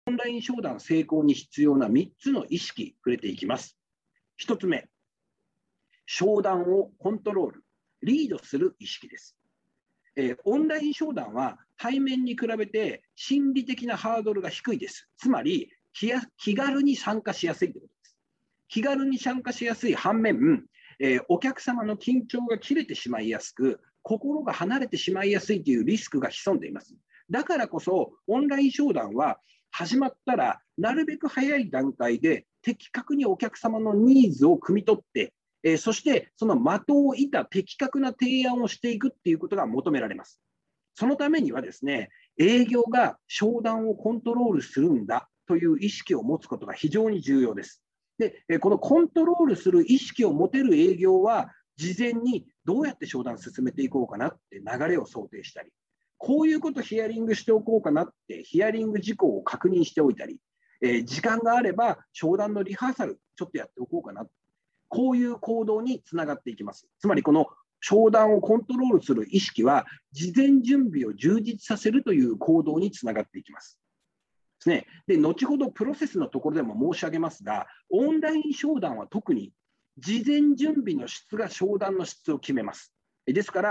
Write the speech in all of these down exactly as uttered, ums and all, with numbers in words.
オンライン商談成功に必要なみっつの意識、触れていきます。ひとつめ、商談をコントロール、リードする意識です。えー、オンライン商談は対面に比べて心理的なハードルが低いです。つまり、気軽に参加しやすいということです。気軽に参加しやすい反面、えー、お客様の緊張が切れてしまいやすく、心が離れてしまいやすいというリスクが潜んでいます。だからこそ、オンライン商談は始まったら、なるべく早い段階で的確にお客様のニーズを汲み取って、えー、そしてその的を射た的確な提案をしていくっていうことが求められます。そのためにはですね、営業が商談をコントロールするんだという意識を持つことが非常に重要です。で、このコントロールする意識を持てる営業は、事前にどうやって商談を進めていこうかなって流れを想定したり、こういうことをヒアリングしておこうかなってヒアリング事項を確認しておいたり、えー、時間があれば商談のリハーサルちょっとやっておこうかな、こういう行動につながっていきます。つまりこの商談をコントロールする意識は、事前準備を充実させるという行動につながっていきます。ですね。で、後ほどプロセスのところでも申し上げますが、オンライン商談は特に事前準備の質が商談の質を決めます。ですから、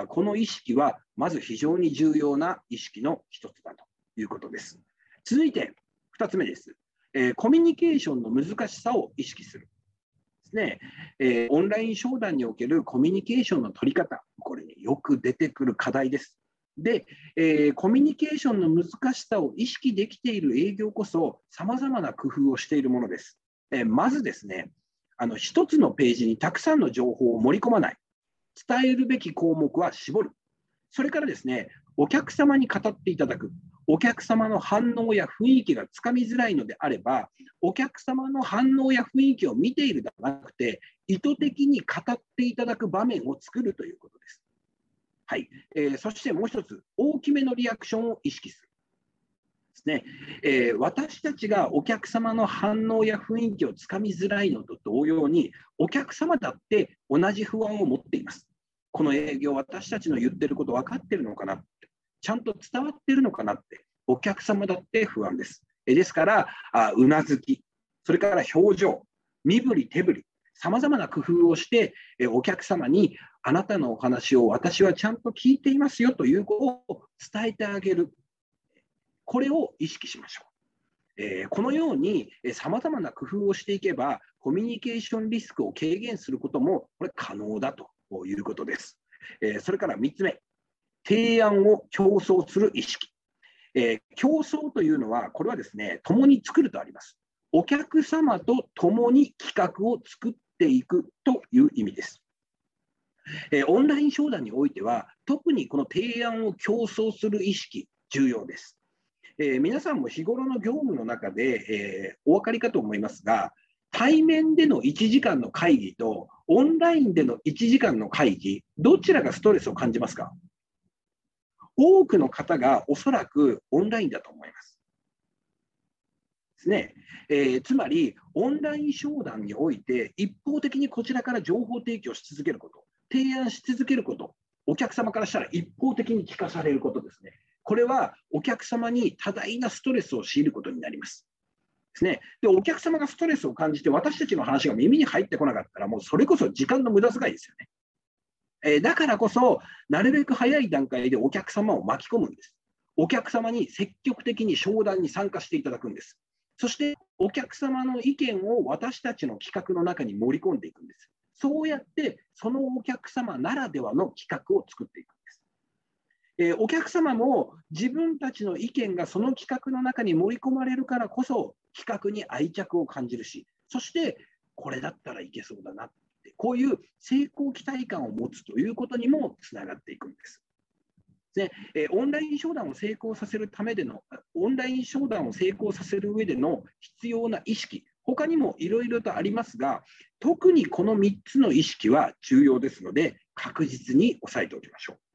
この意識はまず非常に重要な意識の一つだということです。続いてふたつめです。コミュニケーションの難しさを意識する。ですね。えー、オンライン商談におけるコミュニケーションの取り方、これ、ね、よく出てくる課題です。で、えー、コミュニケーションの難しさを意識できている営業こそ、さまざまな工夫をしているものです。えー、まずですね、あの一つのページにたくさんの情報を盛り込まない、伝えるべき項目は絞る、それからですね、お客様に語っていただく、お客様の反応や雰囲気がつかみづらいのであれば、お客様の反応や雰囲気を見ているではなくて、意図的に語っていただく場面を作るということです。はい。えー、そしてもう一つ、大きめのリアクションを意識する。ですね。えー、私たちがお客様の反応や雰囲気をつかみづらいのと同様に、お客様だって同じ不安を持っています。この営業、私たちの言ってること分かってるのかなって、ちゃんと伝わってるのかなって、お客様だって不安です。えですから、あうなずき、それから表情、身振り手振り、さまざまな工夫をして、えお客様にあなたのお話を私はちゃんと聞いていますよということを伝えてあげる。これを意識しましょう。えー、このようにさまざまな工夫をしていけば、コミュニケーションリスクを軽減することもこれ可能だということです。えー、それからみっつめ、提案を競争する意識。えー、競争というのは、これはですね、共に作るとあります。お客様と共に企画を作っていくという意味です。えー、オンライン商談においては、特にこの提案を競争する意識、重要です。えー、皆さんも日頃の業務の中で、えー、お分かりかと思いますが、対面でのいちじかんの会議とオンラインでのいちじかんの会議、どちらがストレスを感じますか？多くの方がおそらくオンラインだと思います。ですね。えー、つまり、オンライン商談において、一方的にこちらから情報提供し続けること、提案し続けること、お客様からしたら一方的に聞かされることですね。これはお客様に多大なストレスを強いることになります。ですね。で、お客様がストレスを感じて、私たちの話が耳に入ってこなかったら、もうそれこそ時間の無駄遣いですよね。えー、だからこそ、なるべく早い段階でお客様を巻き込むんです。お客様に積極的に商談に参加していただくんです。そして、お客様の意見を私たちの企画の中に盛り込んでいくんです。そうやって、そのお客様ならではの企画を作っていくんです。えー、お客様も自分たちの意見がその企画の中に盛り込まれるからこそ、企画に愛着を感じるし、そして、これだったらいけそうだな。こういう成功期待感を持つということにもつながっていくんです。で、えオンライン商談を成功させるためでの、オンライン商談を成功させる上での必要な意識、他にもいろいろとありますが、特にこのみっつの意識は重要ですので、確実に押さえておきましょう。